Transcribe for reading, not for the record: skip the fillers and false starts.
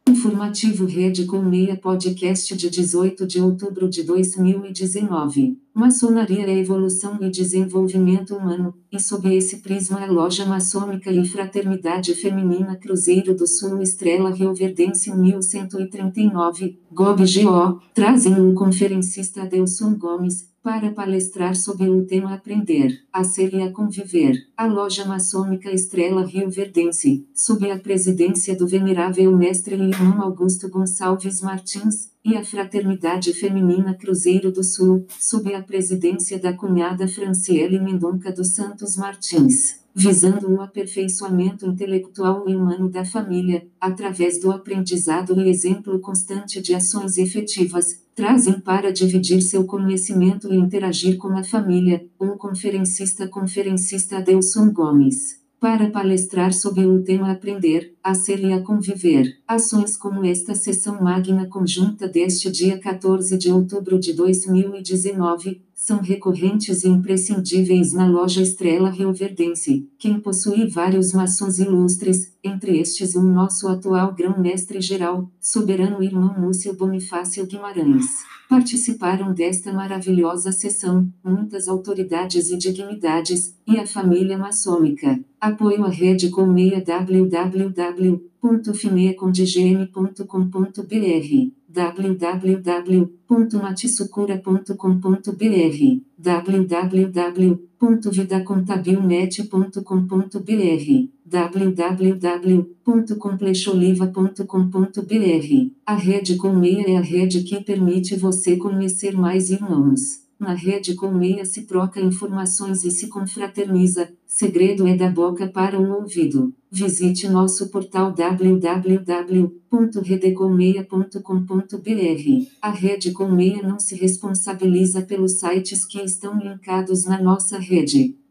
Informativo Rede Colmeia Podcast de 18 de outubro de 2019. Maçonaria é evolução e desenvolvimento humano, e sob esse prisma a Loja Maçônica e Fraternidade Feminina Cruzeiro do Sul Estrela Rioverdense 1139, GOB-GO, trazem um conferencista Adelson Gomes, para palestrar sobre o tema Aprender, a Ser e a Conviver. A Loja Maçônica Estrela Rioverdense, sob a presidência do venerável mestre e irmão Augusto Gonçalves Martins, e a Fraternidade Feminina Cruzeiro do Sul, sob a presidência da cunhada Franciele Mendonça dos Santos Martins, visando o aperfeiçoamento intelectual e humano da família, através do aprendizado e exemplo constante de ações efetivas, trazem para dividir seu conhecimento e interagir com a família, o conferencista Adelson Gomes, para palestrar sobre o tema Aprender, a Ser e a Conviver. Ações como esta sessão magna conjunta deste dia 14 de outubro de 2019, são recorrentes e imprescindíveis na Loja Estrela Rioverdense, quem possui vários maçons ilustres, entre estes o nosso atual grão-mestre-geral, soberano irmão Múcio Bonifácio Guimarães. Participaram desta maravilhosa sessão, muitas autoridades e dignidades, e a família maçônica. Apoio à Rede Colmeia www.fineacondigene.com.br www.matsucura.com.br www.vidacontabilnet.com.br www.complexoliva.com.br. A Rede Colmeia é a rede que permite você conhecer mais irmãos. Na Rede Colmeia se troca informações e se confraterniza, segredo é da boca para o ouvido. Visite nosso portal www.redecolmeia.com.br. A Rede Colmeia não se responsabiliza pelos sites que estão linkados na nossa rede.